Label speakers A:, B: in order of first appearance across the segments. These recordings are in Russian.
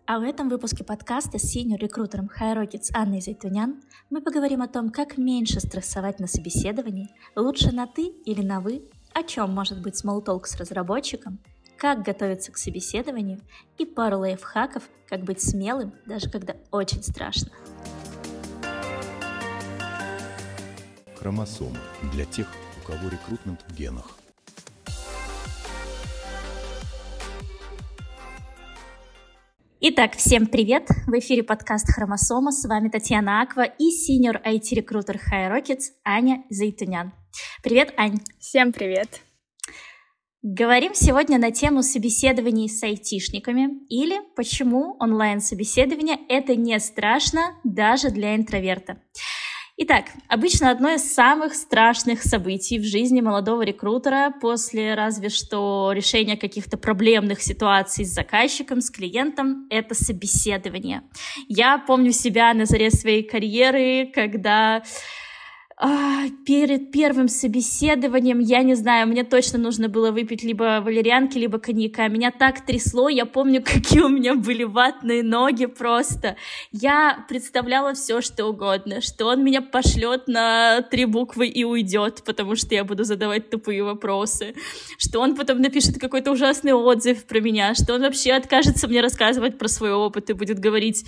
A: А в этом выпуске подкаста с синьор-рекрутером HireRockets Анной Зайтунян мы поговорим о том, как меньше стрессовать на собеседовании, лучше на «ты» или на «вы», о чем может быть смоллтолк с разработчиком, как готовиться к собеседованию и пару лайфхаков, как быть смелым, даже когда очень страшно.
B: Хромосомы для тех, у кого рекрутмент в генах.
A: Итак, всем привет! В эфире подкаст «Хромосома». С вами Татьяна Аква и синьор IT-рекрутер HireRockets Аня Зайтунян. Привет, Ань!
C: Всем привет!
A: Говорим сегодня на тему собеседований с айтишниками или почему онлайн-собеседование — это не страшно даже для интроверта. Итак, обычно одно из самых страшных событий в жизни молодого рекрутера после разве что решения каких-то проблемных ситуаций с заказчиком, с клиентом — это собеседование. Я помню себя на заре своей карьеры, когда перед первым собеседованием, я не знаю, мне точно нужно было выпить либо валерьянки, либо коньяка. Меня так трясло, я помню, какие у меня были ватные ноги просто. Я представляла все, что угодно, что он меня пошлет на 3 буквы и уйдет, потому что я буду задавать тупые вопросы, что он потом напишет какой-то ужасный отзыв про меня, что он вообще откажется мне рассказывать про свой опыт и будет говорить,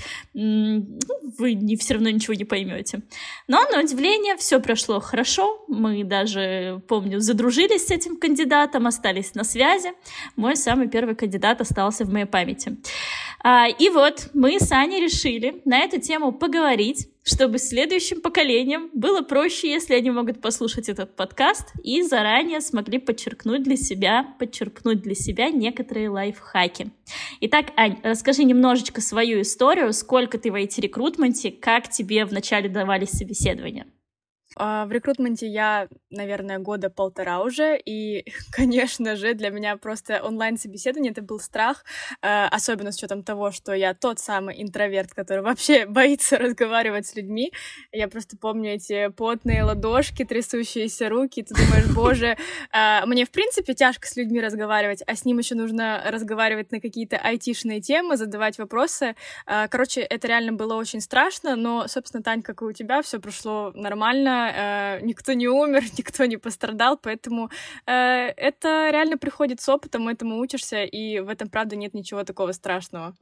A: вы все равно ничего не поймете. Но, на удивление, все прошло хорошо, мы даже, помню, задружились с этим кандидатом, остались на связи. Мой самый первый кандидат остался в моей памяти. И вот мы с Аней решили на эту тему поговорить, чтобы следующим поколениям было проще, если они могут послушать этот подкаст и заранее смогли подчеркнуть для себя некоторые лайфхаки. Итак, Ань, расскажи немножечко свою историю, сколько ты в IT-рекрутменте, как тебе вначале давались собеседования?
C: В рекрутменте я, наверное, 1.5 года уже, и, конечно же, для меня просто онлайн-собеседование — это был страх, особенно с учетом того, что я тот самый интроверт, который вообще боится разговаривать с людьми. Я просто помню эти потные ладошки, трясущиеся руки, ты думаешь, боже, мне, в принципе, тяжко с людьми разговаривать, а с ним еще нужно разговаривать на какие-то айтишные темы, задавать вопросы. Короче, это реально было очень страшно, но, собственно, Тань, как и у тебя, все прошло нормально, никто не умер, никто не пострадал, поэтому это реально приходит с опытом, этому учишься, и в этом, правда, нет ничего такого страшного.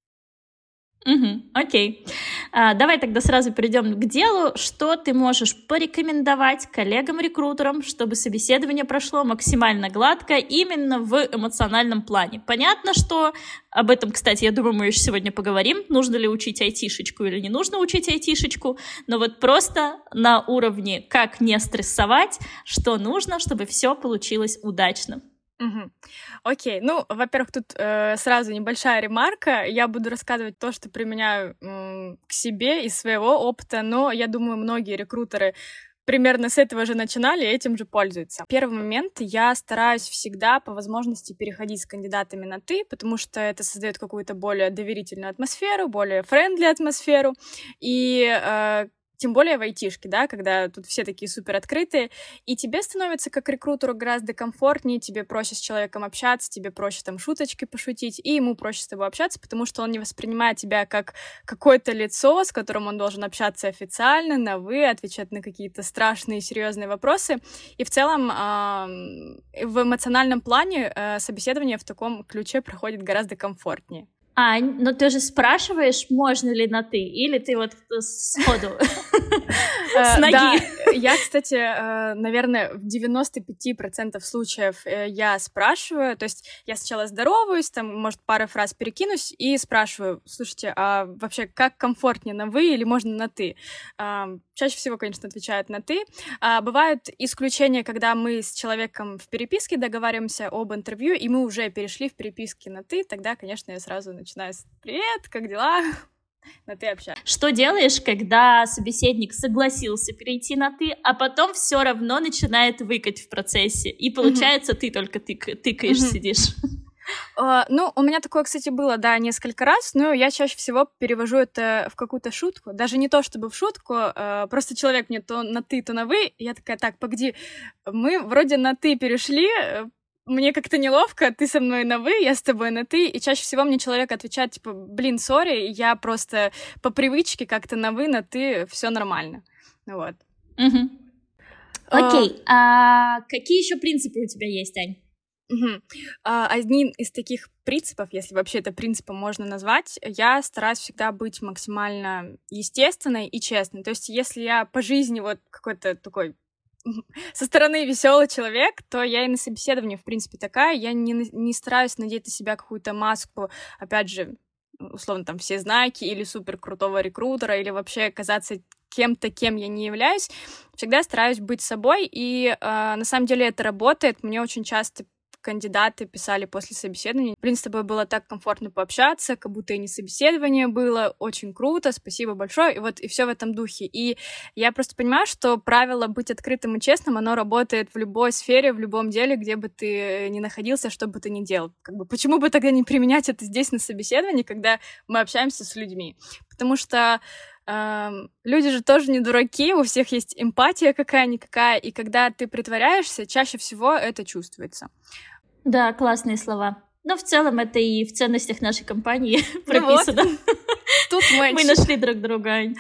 A: Окей. Давай тогда сразу перейдем к делу. Что ты можешь порекомендовать коллегам-рекрутерам, чтобы собеседование прошло максимально гладко именно в эмоциональном плане? Понятно, что об этом, кстати, я думаю, мы еще сегодня поговорим. Нужно ли учить айтишечку или не нужно учить айтишечку? Но вот просто на уровне как не стрессовать, что нужно, чтобы все получилось удачно.
C: Окей, ну, во-первых, тут сразу небольшая ремарка. Я буду рассказывать то, что применяю к себе из своего опыта, но я думаю, многие рекрутеры примерно с этого же начинали и этим же пользуются. Первый момент: я стараюсь всегда по возможности переходить с кандидатами на «ты», потому что это создает какую-то более доверительную атмосферу, более френдли атмосферу, и тем более в айтишке, да, когда тут все такие супер открытые, и тебе становится как рекрутеру гораздо комфортнее, тебе проще с человеком общаться, тебе проще там шуточки пошутить, и ему проще с тобой общаться, потому что он не воспринимает тебя как какое-то лицо, с которым он должен общаться официально, на «вы», отвечать на какие-то страшные, серьезные вопросы. И в целом в эмоциональном плане собеседование в таком ключе проходит гораздо комфортнее.
A: Ань, но ты же спрашиваешь, можно ли на «ты», или ты вот сходу с ноги?
C: Да, я, кстати, наверное, в 95% случаев я спрашиваю, то есть я сначала здороваюсь, там, может, пару фраз перекинусь и спрашиваю: слушайте, а вообще как комфортнее, на «вы» или можно на «ты»? Чаще всего, конечно, отвечают на «ты». Бывают исключения, когда мы с человеком в переписке договариваемся об интервью, и мы уже перешли в переписке на «ты», тогда, конечно, я сразу начинаю с «привет, как дела?» На «ты» общаюсь.
A: Что делаешь, когда собеседник согласился перейти на «ты», а потом все равно начинает выкать в процессе, и получается, ты только тыкаешь, сидишь?
C: Ну, у меня такое, кстати, было, да, несколько раз, но я чаще всего перевожу это в какую-то шутку. Даже не то чтобы в шутку, просто человек мне то на «ты», то на «вы», и я такая: так, погоди, мы вроде на «ты» перешли, мне как-то неловко, ты со мной на «вы», я с тобой на «ты», и чаще всего мне человек отвечает, типа, блин, сори, я просто по привычке как-то на «вы», на «ты», все нормально. Вот.
A: Окей, а какие еще принципы у тебя есть, Ань?
C: Один из таких принципов, если вообще это принципом можно назвать, я стараюсь всегда быть максимально естественной и честной. То есть если я по жизни вот какой-то такой со стороны веселый человек, то я и на собеседовании, в принципе, такая. Я не стараюсь надеть на себя какую-то маску, опять же, условно, там, все знаки или супер крутого рекрутера, или вообще казаться кем-то, кем я не являюсь. Всегда стараюсь быть собой, и на самом деле это работает. Мне очень часто кандидаты писали после собеседования: блин, с тобой было так комфортно пообщаться, как будто и не собеседование было, очень круто, спасибо большое, и все в этом духе. И я просто понимаю, что правило быть открытым и честным, оно работает в любой сфере, в любом деле, где бы ты ни находился, что бы ты ни делал. Почему бы тогда не применять это здесь на собеседовании, когда мы общаемся с людьми? Потому что люди же тоже не дураки, у всех есть эмпатия какая-никакая, и когда ты притворяешься, чаще всего это чувствуется.
A: Да, классные слова. Но в целом это и в ценностях нашей компании прописано.
C: Тут
A: мы нашли друг друга, Ань.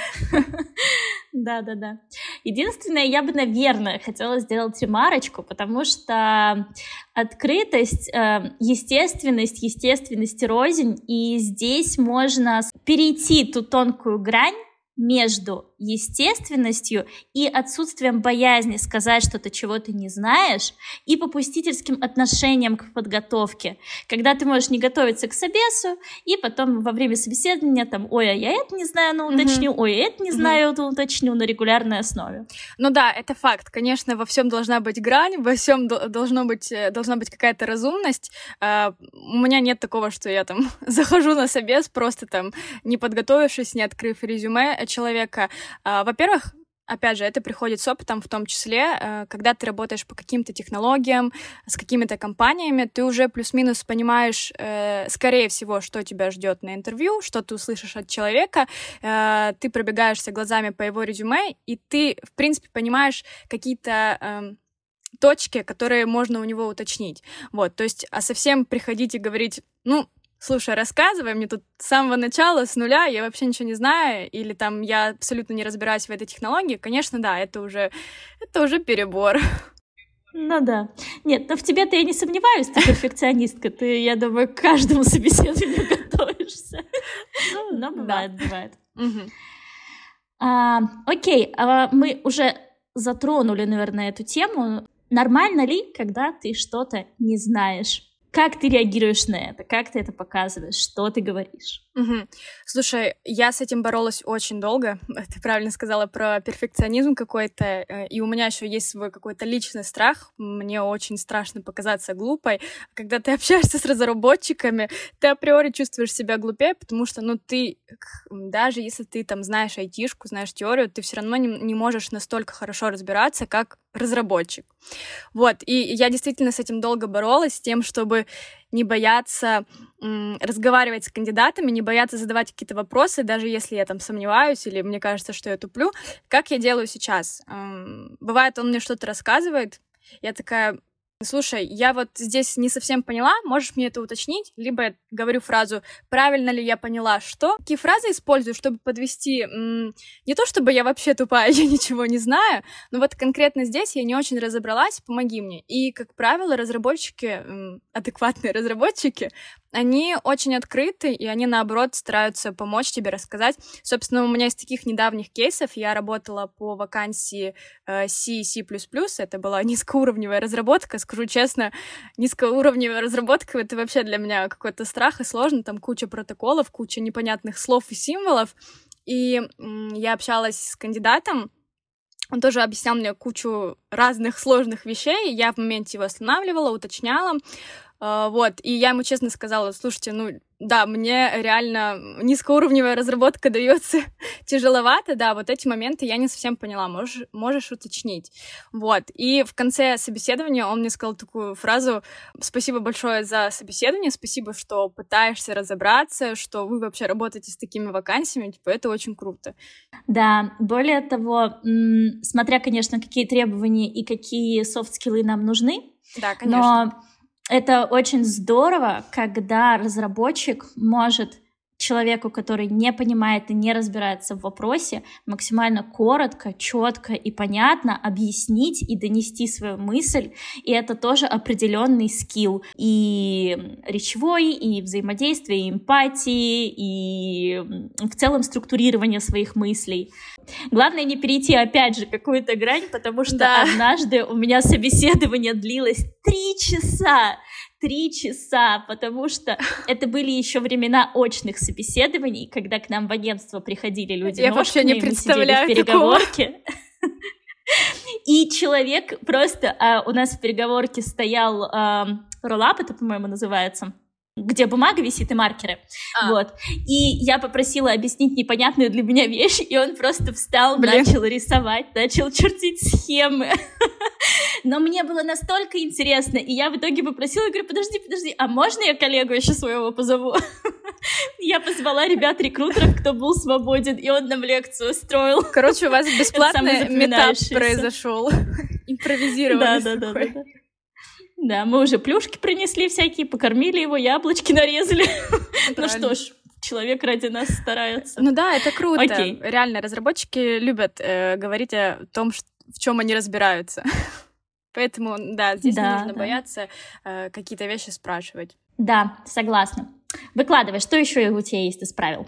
A: Да. Единственное, я бы, наверное, хотела сделать ремарочку, потому что открытость, естественность рознь, и здесь можно перейти ту тонкую грань между естественностью и отсутствием боязни сказать что-то, чего ты не знаешь, и попустительским отношением к подготовке, когда ты можешь не готовиться к собесу, и потом во время собеседования там: ой, а я это не знаю, но уточню, ой, я это не знаю, то уточню на регулярной основе.
C: Ну да, это факт. Конечно, во всем должна быть грань, во всем должна быть какая-то разумность. У меня нет такого, что я там захожу на собес, просто там не подготовившись, не открыв резюме человека. Во-первых, опять же, это приходит с опытом, в том числе, когда ты работаешь по каким-то технологиям, с какими-то компаниями, ты уже плюс-минус понимаешь, скорее всего, что тебя ждет на интервью, что ты услышишь от человека, ты пробегаешься глазами по его резюме, и ты, в принципе, понимаешь какие-то точки, которые можно у него уточнить. Вот, то есть, а совсем приходить и говорить: слушай, рассказывай мне тут с самого начала, с нуля, я вообще ничего не знаю, или там я абсолютно не разбираюсь в этой технологии, конечно, да, это уже перебор.
A: Ну да. Нет, но в тебе-то я не сомневаюсь, ты перфекционистка, ты, я думаю, к каждому собеседованию готовишься. Но бывает. Окей, мы уже затронули, наверное, эту тему. Нормально ли, когда ты что-то не знаешь? Как ты реагируешь на это? Как ты это показываешь? Что ты говоришь?
C: Слушай, я с этим боролась очень долго. Ты правильно сказала про перфекционизм какой-то. И у меня еще есть свой какой-то личный страх. Мне очень страшно показаться глупой. Когда ты общаешься с разработчиками, ты априори чувствуешь себя глупее, потому что, ты, даже если ты там знаешь айтишку, знаешь теорию, ты все равно не можешь настолько хорошо разбираться, как разработчик. Вот, и я действительно с этим долго боролась, с тем, чтобы не бояться разговаривать с кандидатами, не бояться задавать какие-то вопросы, даже если я там сомневаюсь или мне кажется, что я туплю. Как я делаю сейчас? Бывает, он мне что-то рассказывает, я такая: слушай, я вот здесь не совсем поняла, можешь мне это уточнить? Либо я говорю фразу: правильно ли я поняла, что? Какие фразы использую, чтобы подвести... Не то чтобы я вообще тупая, я ничего не знаю, но вот конкретно здесь я не очень разобралась, помоги мне. И, как правило, разработчики, адекватные разработчики, они очень открыты, и они, наоборот, стараются помочь тебе рассказать. Собственно, у меня из таких недавних кейсов я работала по вакансии C, C++, это была низкоуровневая разработка. Скажу честно, низкоуровневая разработка — это вообще для меня какой-то страх и сложно, там куча протоколов, куча непонятных слов и символов. И я общалась с кандидатом, он тоже объяснял мне кучу разных сложных вещей, я в моменте его останавливала, уточняла. Вот, и я ему честно сказала: слушайте, да, мне реально низкоуровневая разработка дается тяжеловато, да, вот эти моменты я не совсем поняла, можешь уточнить. Вот, и в конце собеседования он мне сказал такую фразу: спасибо большое за собеседование, спасибо, что пытаешься разобраться, что вы вообще работаете с такими вакансиями, это очень круто.
A: Да, более того, смотря, конечно, какие требования и какие софт-скиллы нам нужны,
C: да, конечно.
A: Но это очень здорово, когда разработчик может человеку, который не понимает и не разбирается в вопросе, максимально коротко, четко и понятно объяснить и донести свою мысль. И это тоже определенный скилл и речевой, и взаимодействия, и эмпатии, и в целом структурирования своих мыслей. Главное не перейти опять же какую-то грань, потому что однажды у меня собеседование длилось 3 часа. 3 часа, потому что это были еще времена очных собеседований, когда к нам в агентство приходили люди.
C: Я вообще не представляю
A: мы сидели в переговорке. И человек просто... у нас в переговорке стоял роллап, это, по-моему, называется, где бумага висит и маркеры. Вот. И я попросила объяснить непонятную для меня вещь, и он просто встал, начал рисовать, начал чертить схемы. Но мне было настолько интересно, и я в итоге попросила, говорю, подожди, а можно я коллегу еще своего позову? Я позвала ребят-рекрутеров, кто был свободен, и он нам лекцию устроил.
C: Короче, у вас бесплатный метап произошел. Импровизированный такой.
A: Да, мы уже плюшки принесли всякие, покормили его, яблочки нарезали. Ну что ж, человек ради нас старается.
C: Ну да, это круто. Реально, разработчики любят говорить о том, в чем они разбираются. Поэтому, да, здесь не нужно бояться какие-то вещи спрашивать.
A: Да, согласна. Выкладывай, что еще у тебя есть из правил?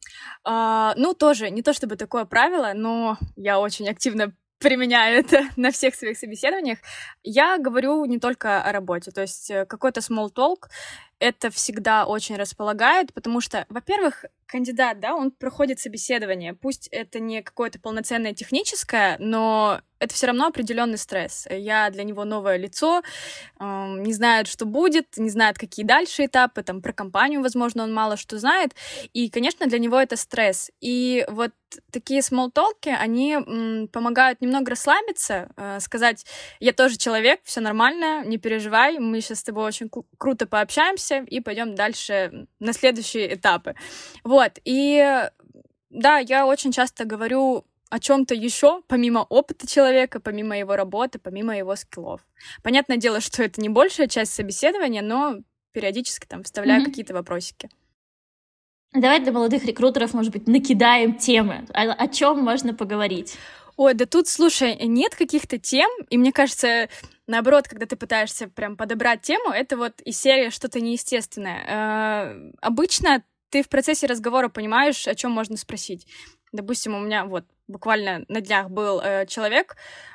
C: Ну, тоже, не то чтобы такое правило, но я очень активно применяю это на всех своих собеседованиях. Я говорю не только о работе, то есть какой-то small talk это всегда очень располагает, потому что, во-первых, кандидат, да, он проходит собеседование, пусть это не какое-то полноценное техническое, но это все равно определенный стресс. Я для него новое лицо, не знает, что будет, не знает, какие дальше этапы, там, про компанию, возможно, он мало что знает, и, конечно, для него это стресс. И вот такие смолтолки, они помогают немного расслабиться, сказать, я тоже человек, все нормально, не переживай, мы сейчас с тобой очень круто пообщаемся и пойдем дальше на следующие этапы. Вот, и да, я очень часто говорю о чем-то еще, помимо опыта человека, помимо его работы, помимо его скиллов. Понятное дело, что это не большая часть собеседования, но периодически там вставляю какие-то вопросики.
A: Давай для молодых рекрутеров, может быть, накидаем темы. О чем можно поговорить?
C: Ой, да тут, слушай, нет каких-то тем, и мне кажется, наоборот, когда ты пытаешься прям подобрать тему, это вот из серии что-то неестественное. Обычно ты в процессе разговора понимаешь, о чем можно спросить. Допустим, у меня вот буквально на днях был человек,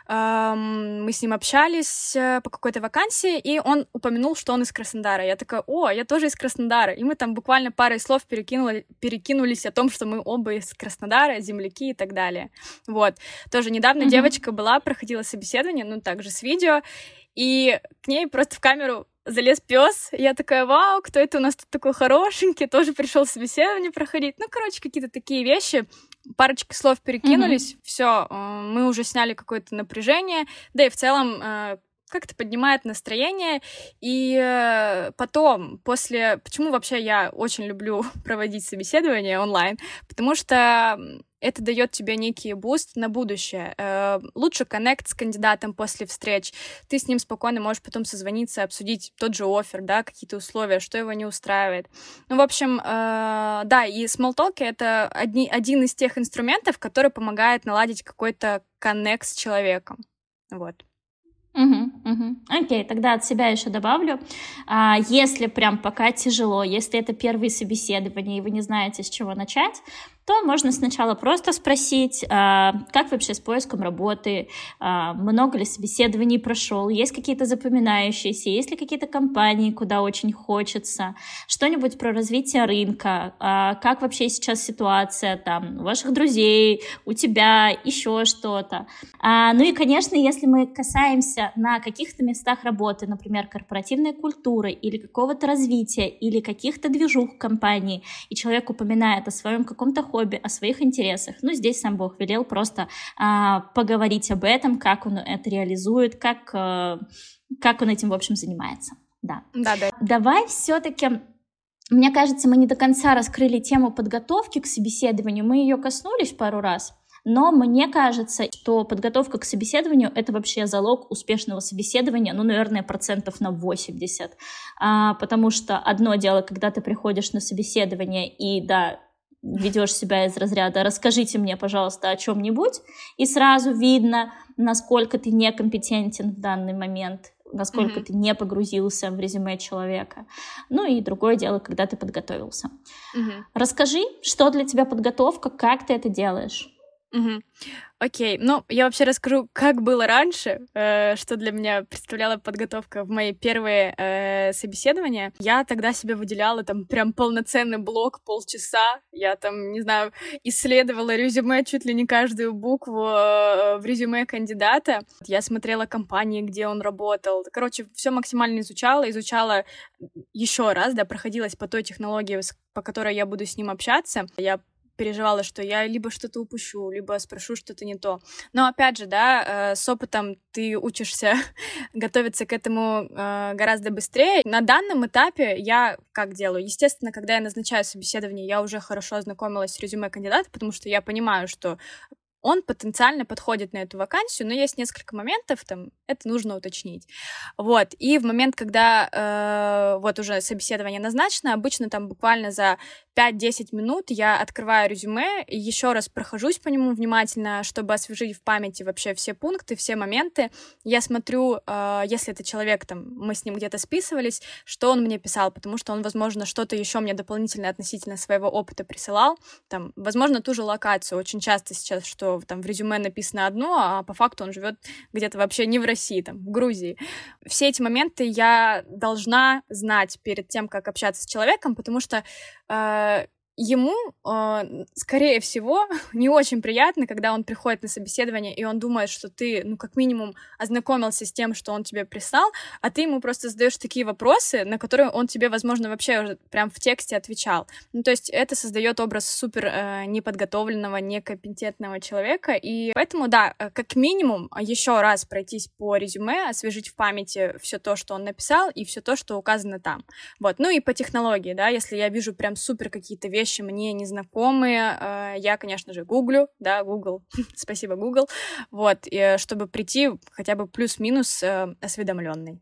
C: мы с ним общались по какой-то вакансии, и он упомянул, что он из Краснодара. Я такая, я тоже из Краснодара. И мы там буквально парой слов перекинулись о том, что мы оба из Краснодара, земляки и так далее. Вот. Тоже недавно девочка была, проходила собеседование, ну, также с видео, и к ней просто в камеру залез пес. Я такая, вау, кто это у нас тут такой хорошенький, тоже пришел собеседование проходить. Ну, короче, какие-то такие вещи. Парочка слов перекинулись, все, мы уже сняли какое-то напряжение, да и в целом как-то поднимает настроение. И потом, почему вообще я очень люблю проводить собеседования онлайн? Потому что это дает тебе некий буст на будущее. Лучше коннект с кандидатом после встреч. Ты с ним спокойно можешь потом созвониться, обсудить тот же оффер, да, какие-то условия, что его не устраивает. Ну, в общем, да, и смолтолки — это один из тех инструментов, который помогает наладить какой-то коннект с человеком. Вот.
A: Окей, тогда от себя еще добавлю. Если прям пока тяжело, если это первые собеседования, и вы не знаете, с чего начать, то можно сначала просто спросить, как вообще с поиском работы, много ли собеседований прошел, есть какие-то запоминающиеся, есть ли какие-то компании, куда очень хочется, что-нибудь про развитие рынка, как вообще сейчас ситуация там у ваших друзей, у тебя, еще что-то. Ну и, конечно, если мы касаемся на каких-то местах работы, например, корпоративной культуры или какого-то развития, или каких-то движух в компании, и человек упоминает о своем каком-то хобби, о своих интересах. Ну, здесь сам Бог велел просто поговорить об этом, как он это реализует, как он этим, в общем, занимается. Да. Давай все-таки, мне кажется, мы не до конца раскрыли тему подготовки к собеседованию, мы ее коснулись пару раз, Но мне кажется, что подготовка к собеседованию — это вообще залог успешного собеседования, ну, наверное, 80%. Потому что одно дело, когда ты приходишь на собеседование и, да, ведешь себя из разряда «расскажите мне, пожалуйста, о чем-нибудь», и сразу видно, насколько ты некомпетентен в данный момент, насколько ты не погрузился в резюме человека. Ну и другое дело, когда ты подготовился. Расскажи, что для тебя подготовка, как ты это делаешь?
C: Окей, ну, я вообще расскажу, как было раньше, что для меня представляла подготовка в мои первые собеседования. Я тогда себе выделяла там прям полноценный блок, полчаса. Я там, не знаю, исследовала резюме, чуть ли не каждую букву в резюме кандидата. Я смотрела компании, где он работал. Короче, все максимально изучала еще раз, да, проходилась по той технологии, по которой я буду с ним общаться. Я переживала, что я либо что-то упущу, либо спрошу что-то не то. Но опять же, да, с опытом ты учишься готовиться к этому гораздо быстрее. На данном этапе я как делаю? Естественно, когда я назначаю собеседование, я уже хорошо ознакомилась с резюме кандидата, потому что я понимаю, что он потенциально подходит на эту вакансию, но есть несколько моментов, там, это нужно уточнить. Вот, и в момент, когда вот уже собеседование назначено, обычно там буквально за 5-10 минут я открываю резюме и еще раз прохожусь по нему внимательно, чтобы освежить в памяти вообще все пункты, все моменты. Я смотрю, если это человек, там, мы с ним где-то списывались, что он мне писал, потому что он, возможно, что-то еще мне дополнительно относительно своего опыта присылал, там, возможно, ту же локацию. Очень часто сейчас, что там в резюме написано одно, а по факту он живет где-то вообще не в России, там, в Грузии. Все эти моменты я должна знать перед тем, как общаться с человеком, потому что ему, скорее всего, не очень приятно, когда он приходит на собеседование, и он думает, что ты, ну, как минимум, ознакомился с тем, что он тебе прислал, а ты ему просто задаешь такие вопросы, на которые он тебе, возможно, вообще уже прям в тексте отвечал. Ну, то есть это создает образ супер неподготовленного, некомпетентного человека, и поэтому, да, как минимум, еще раз пройтись по резюме, освежить в памяти все то, что он написал, и все то, что указано там. Вот, ну и по технологии, да, если я вижу прям супер какие-то вещи мне незнакомые, я, конечно же, гуглю, да, Google, спасибо, Google, вот, и чтобы прийти хотя бы плюс-минус осведомленный.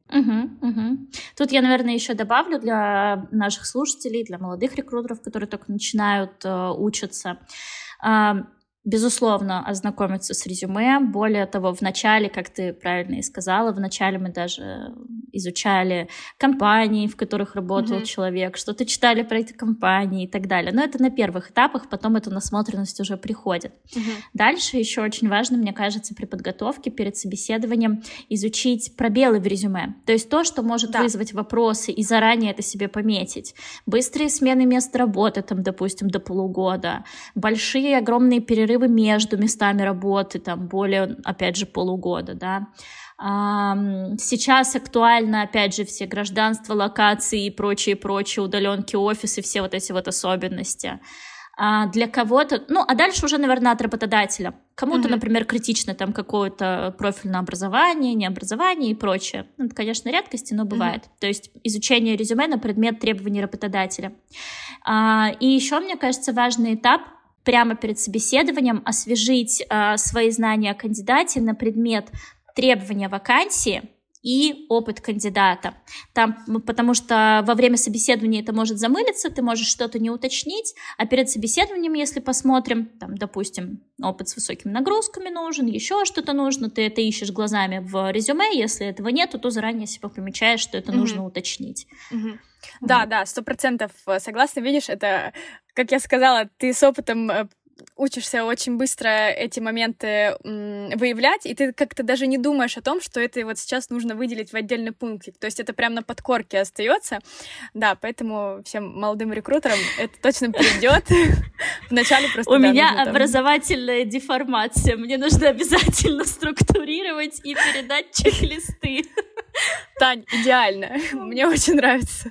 A: Тут я, наверное, еще добавлю для наших слушателей, для молодых рекрутеров, которые только начинают учиться. Безусловно, ознакомиться с резюме. Более того, в начале, как ты правильно и сказала, в начале мы даже изучали компании, в которых работал человек, что-то читали про эти компании и так далее. Но это на первых этапах, потом эта насмотренность уже приходит. Дальше еще очень важно, мне кажется, при подготовке перед собеседованием изучить пробелы в резюме. То есть то, что может вызвать вопросы, и заранее это себе пометить. Быстрые смены мест работы, там, допустим, до полугода. Большие, огромные перерывы между местами работы, там, более, опять же, полугода, да. Сейчас актуально, опять же, все гражданства, локации и прочие удаленки, офисы, все вот эти вот особенности. Для кого-то, ну, а дальше уже, наверное, от работодателя. Кому-то, например, критично там какое-то профильное образование, необразование и прочее. Ну, это, конечно, редкости, но бывает. То есть изучение резюме на предмет требований работодателя. И еще, мне кажется, важный этап — прямо перед собеседованием освежить свои знания о кандидате на предмет требования вакансии и опыт кандидата. Там, потому что во время собеседования это может замылиться, ты можешь что-то не уточнить, а перед собеседованием, если посмотрим, там, допустим, опыт с высокими нагрузками нужен, еще что-то нужно, ты это ищешь глазами в резюме, если этого нету, то заранее себе помечаешь, что это нужно уточнить.
C: Да, 100% согласна. Видишь, это, как я сказала, ты с опытом учишься очень быстро эти моменты выявлять, и ты как-то даже не думаешь о том, что это вот сейчас нужно выделить в отдельный пунктик. То есть это прям на подкорке остается. Да, поэтому всем молодым рекрутерам это точно придет. Вначале просто...
A: У меня образовательная деформация. Мне нужно обязательно структурировать и передать чек-листы.
C: Тань, идеально. Мне очень нравится.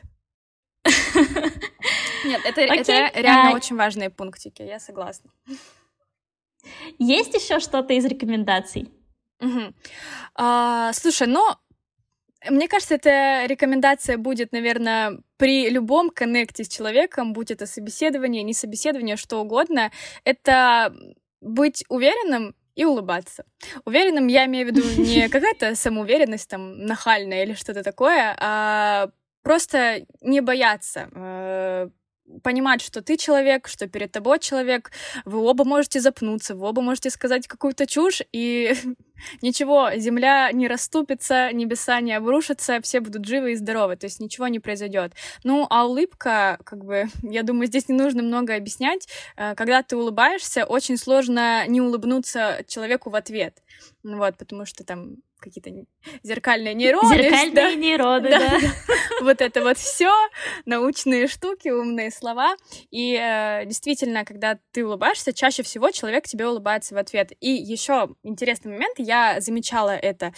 C: Нет, это реально очень важные пунктики, я согласна.
A: Есть еще что-то из рекомендаций?
C: Слушай, мне кажется, эта рекомендация будет, наверное, при любом коннекте с человеком, будь это собеседование, не собеседование, что угодно. Это быть уверенным и улыбаться. Уверенным я имею в виду не какая-то самоуверенность там нахальная или что-то такое, а просто не бояться, понимать, что ты человек, что перед тобой человек, вы оба можете запнуться, вы оба можете сказать какую-то чушь, и ничего, земля не расступится, небеса не обрушатся, все будут живы и здоровы, то есть ничего не произойдет. Ну, а улыбка, как бы, я думаю, здесь не нужно много объяснять. Когда ты улыбаешься, очень сложно не улыбнуться человеку в ответ. Вот, потому что там какие-то зеркальные нейроны.
A: Зеркальные нейроны, да.
C: Вот это вот все научные штуки, умные слова. И действительно, когда ты улыбаешься, чаще всего человек тебе улыбается в ответ. И еще интересный момент, я замечала это.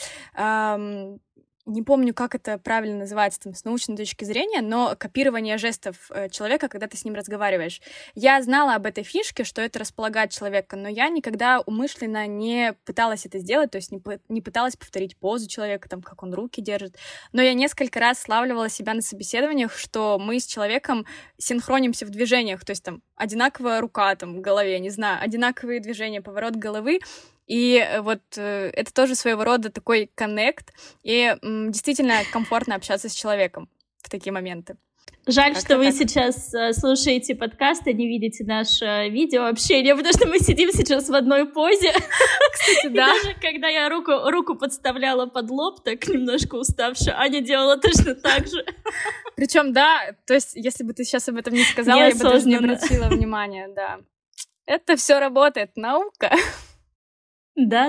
C: Не помню, как это правильно называется там, с научной точки зрения, но копирование жестов человека, когда ты с ним разговариваешь. Я знала об этой фишке, что это располагает человека, но я никогда умышленно не пыталась это сделать, то есть не пыталась повторить позу человека, там, как он руки держит. Но я несколько раз славливала себя на собеседованиях, что мы с человеком синхронимся в движениях, то есть там одинаковая рука там, в голове, не знаю, одинаковые движения, поворот головы. И вот это тоже своего рода такой коннект, и действительно комфортно общаться с человеком в такие моменты.
A: Жаль, что вы сейчас слушаете подкаст и не видите наше видео общение, потому что мы сидим сейчас в одной позе.
C: Кстати, да.
A: И даже когда я руку подставляла под лоб, так немножко уставшая, Аня делала точно так же.
C: Причем, да, то есть, если бы ты сейчас об этом не сказала, я бы даже не обратила внимания, да. Это все работает, наука.
A: Да.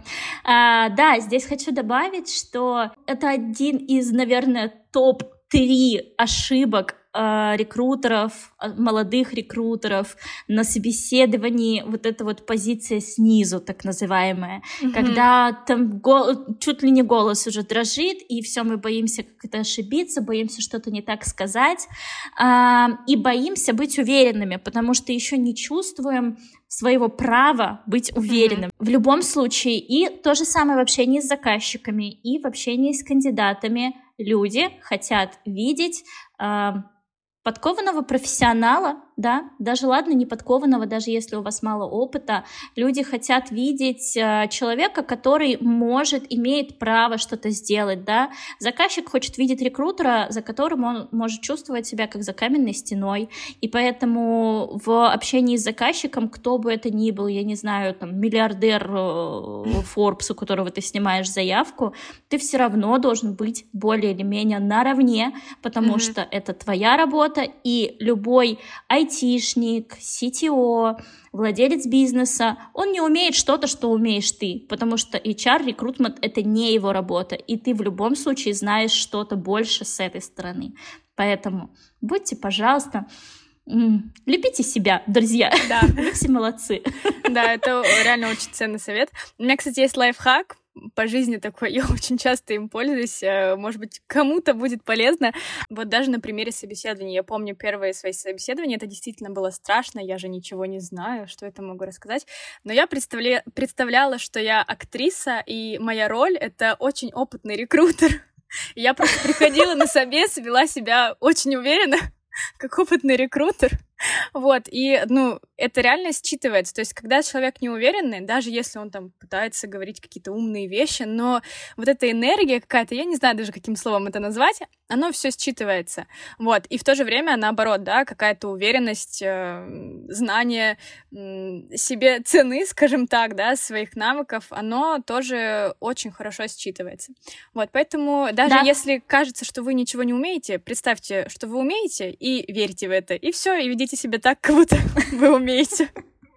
A: Да, здесь хочу добавить, что это один из, наверное, топ-3 ошибок рекрутеров, молодых рекрутеров на собеседовании, вот эта вот позиция снизу, так называемая, когда там чуть ли не голос уже дрожит, и все, мы боимся как-то ошибиться, боимся что-то не так сказать, и боимся быть уверенными, потому что еще не чувствуем своего права быть уверенным. В любом случае, и то же самое в общении с заказчиками, и в общении с кандидатами люди хотят видеть подкованного профессионала, да, даже ладно, не подкованного, даже если у вас мало опыта, люди хотят видеть человека, который имеет право что-то сделать, да, заказчик хочет видеть рекрутера, за которым он может чувствовать себя как за каменной стеной, и поэтому в общении с заказчиком, кто бы это ни был, я не знаю, там, миллиардер Forbes, у которого ты снимаешь заявку, ты все равно должен быть более или менее наравне, потому что это твоя работа, и любой айтишник, CTO, владелец бизнеса, он не умеет что-то, что умеешь ты, потому что HR, рекрутмент — это не его работа, и ты в любом случае знаешь что-то больше с этой стороны. Поэтому будьте, пожалуйста, любите себя, друзья.
C: Да.
A: Вы все молодцы.
C: Да, это реально очень ценный совет. У меня, кстати, есть лайфхак по жизни такой, я очень часто им пользуюсь, может быть, кому-то будет полезно. Вот даже на примере собеседования. Я помню первые свои собеседования, это действительно было страшно, я же ничего не знаю, что это могу рассказать. Но я представляла, что я актриса, и моя роль — это очень опытный рекрутер. Я просто приходила на собес, вела себя очень уверенно, как опытный рекрутер. Вот, и, это реально считывается. То есть, когда человек неуверенный, даже если он там пытается говорить какие-то умные вещи, но вот эта энергия какая-то, я не знаю даже, каким словом это назвать, оно все считывается. Вот, и в то же время, наоборот, да, какая-то уверенность, знание себе цены, скажем так, да, своих навыков, оно тоже очень хорошо считывается. Вот, поэтому даже если кажется, что вы ничего не умеете, представьте, что вы умеете, и верьте в это, и все, и ведите себя так, как будто вы умеете.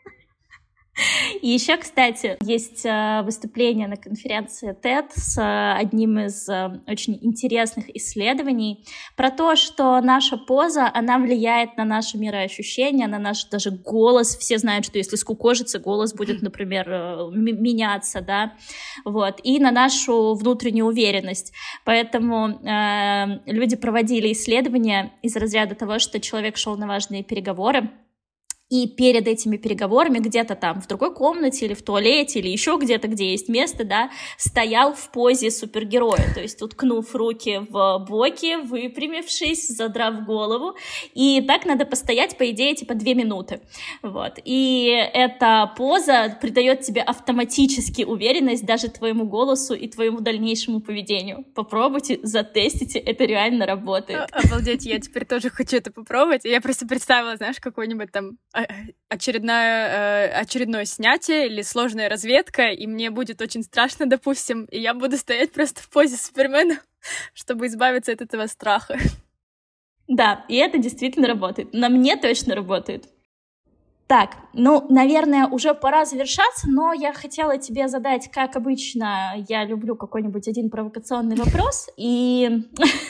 A: И еще, кстати, есть выступление на конференции TED с одним из очень интересных исследований про то, что наша поза, она влияет на наше мироощущение, на наш даже голос. Все знают, что если скукожиться, голос будет, например, меняться, да, вот, и на нашу внутреннюю уверенность. Поэтому люди проводили исследования из разряда того, что человек шел на важные переговоры, И перед этими переговорами где-то там в другой комнате или в туалете или еще где-то, где есть место, да, стоял в позе супергероя, то есть уткнув руки в боки, выпрямившись, задрав голову. И так надо постоять, по идее, типа 2 минуты. Вот. И эта поза придает тебе автоматически уверенность даже твоему голосу и твоему дальнейшему поведению. Попробуйте, затестите, это реально работает.
C: Обалдеть, я теперь тоже хочу это попробовать. Я просто представила, знаешь, какой-нибудь там очередное снятие или сложная разведка, и мне будет очень страшно, допустим, и я буду стоять просто в позе Супермена, чтобы избавиться от этого страха.
A: Да, и это действительно работает. На мне точно работает. Так, ну, наверное, уже пора завершаться, но я хотела тебе задать, как обычно, я люблю какой-нибудь один провокационный вопрос, и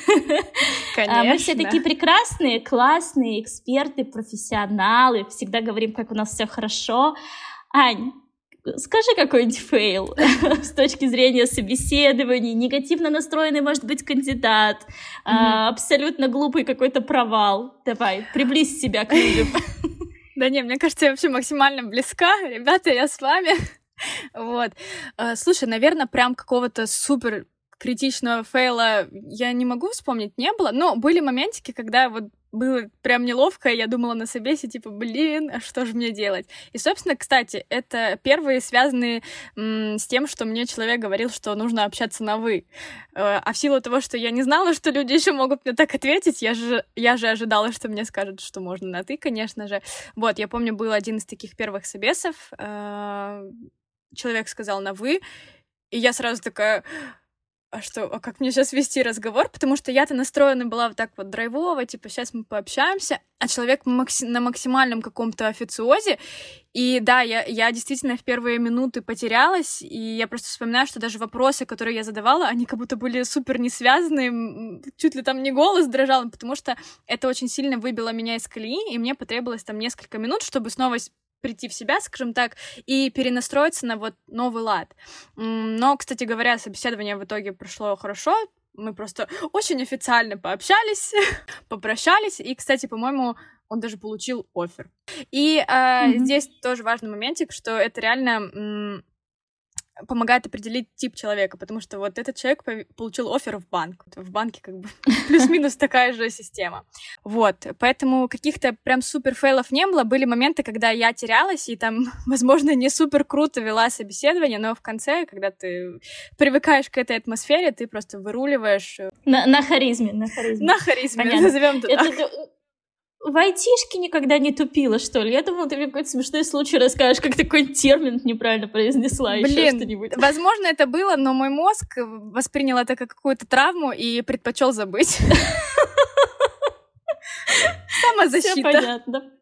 A: мы все такие прекрасные, классные эксперты, профессионалы, всегда говорим, как у нас все хорошо. Ань, скажи какой-нибудь фейл с точки зрения собеседований, негативно настроенный, может быть, кандидат, абсолютно глупый какой-то провал. Давай, приблизь себя к людям.
C: Да не, мне кажется, я вообще максимально близка. Ребята, я с вами. Вот. Слушай, наверное, прям какого-то супер критичного фейла я не могу вспомнить, не было. Но были моментики, когда вот было прям неловко, и я думала на собесе, типа, блин, а что же мне делать? И, собственно, кстати, это первые связанные с тем, что мне человек говорил, что нужно общаться на «вы». А в силу того, что я не знала, что люди еще могут мне так ответить, я же ожидала, что мне скажут, что можно на «ты», конечно же. Вот, я помню, был один из таких первых собесов, человек сказал на «вы», и я сразу такая... А как мне сейчас вести разговор? Потому что я-то настроена была вот так вот драйвово, типа, сейчас мы пообщаемся, а человек на максимальном каком-то официозе. И да, я действительно в первые минуты потерялась, и я просто вспоминаю, что даже вопросы, которые я задавала, они как будто были супер не связаны, чуть ли там не голос дрожал, потому что это очень сильно выбило меня из колеи, и мне потребовалось там несколько минут, чтобы снова прийти в себя, скажем так, и перенастроиться на вот новый лад. Но, кстати говоря, собеседование в итоге прошло хорошо, мы просто очень официально пообщались, попрощались, и, кстати, по-моему, он даже получил оффер. И здесь тоже важный моментик, что это реально помогает определить тип человека, потому что вот этот человек получил оффер в банк. В банке как бы плюс-минус такая же система. Вот, поэтому каких-то прям супер фейлов не было. Были моменты, когда я терялась, и там, возможно, не супер круто вела собеседование, но в конце, когда ты привыкаешь к этой атмосфере, ты просто выруливаешь...
A: На харизме. На
C: харизме, назовем это так.
A: В айтишке никогда не тупила, что ли? Я думала, ты мне какой-то смешной случай расскажешь, как ты какой-нибудь термин неправильно произнесла, еще что-нибудь.
C: Возможно, это было, но мой мозг воспринял это как какую-то травму и предпочел забыть. Самозащита.
A: Все понятно.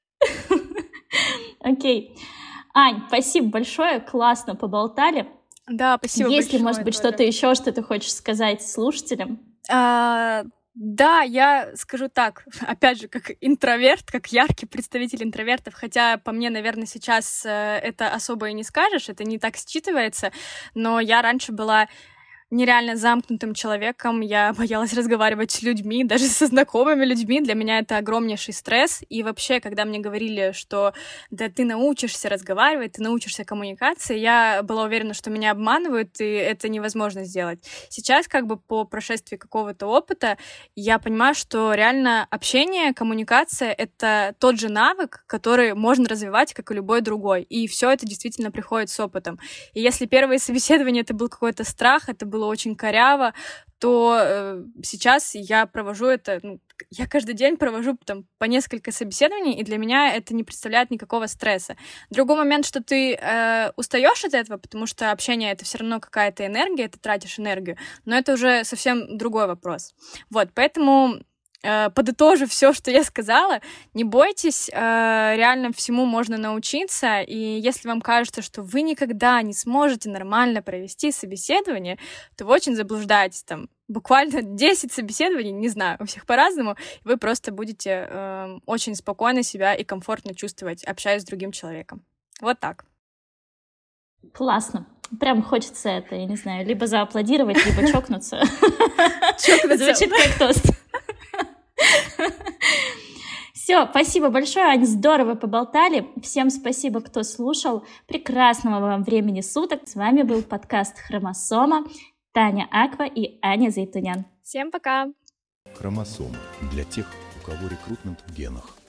A: Окей. Ань, спасибо большое, классно поболтали.
C: Да, спасибо большое.
A: Есть ли, может быть, что-то еще, что ты хочешь сказать слушателям?
C: Да, я скажу так, опять же, как интроверт, как яркий представитель интровертов, хотя по мне, наверное, сейчас это особо и не скажешь, это не так считывается, но я раньше была нереально замкнутым человеком, я боялась разговаривать с людьми, даже со знакомыми людьми, для меня это огромнейший стресс, и вообще, когда мне говорили, что да ты научишься разговаривать, ты научишься коммуникации, я была уверена, что меня обманывают, и это невозможно сделать. Сейчас, как бы по прошествии какого-то опыта, я понимаю, что реально общение, коммуникация — это тот же навык, который можно развивать, как и любой другой, и все это действительно приходит с опытом. И если первое собеседование — это был какой-то страх, это было очень коряво, то сейчас я провожу это, я каждый день провожу там по несколько собеседований, и для меня это не представляет никакого стресса. Другой момент, что ты устаешь от этого, потому что общение — это все равно какая-то энергия, ты тратишь энергию, но это уже совсем другой вопрос. Вот, поэтому... подытожив все, что я сказала, не бойтесь, реально всему можно научиться, и если вам кажется, что вы никогда не сможете нормально провести собеседование, то вы очень заблуждаетесь, там, буквально 10 собеседований, не знаю, у всех по-разному, вы просто будете очень спокойно себя и комфортно чувствовать, общаясь с другим человеком. Вот так.
A: Классно. Прям хочется это, я не знаю, либо зааплодировать, либо чокнуться. Звучит как тост. Все, спасибо большое, Ань, здорово поболтали. Всем спасибо, кто слушал. Прекрасного вам времени суток. С вами был подкаст «Хромосома». Таня Аква и Аня Зайтунян.
C: Всем пока!
B: Хромосомы для тех, у кого рекрутмент в генах.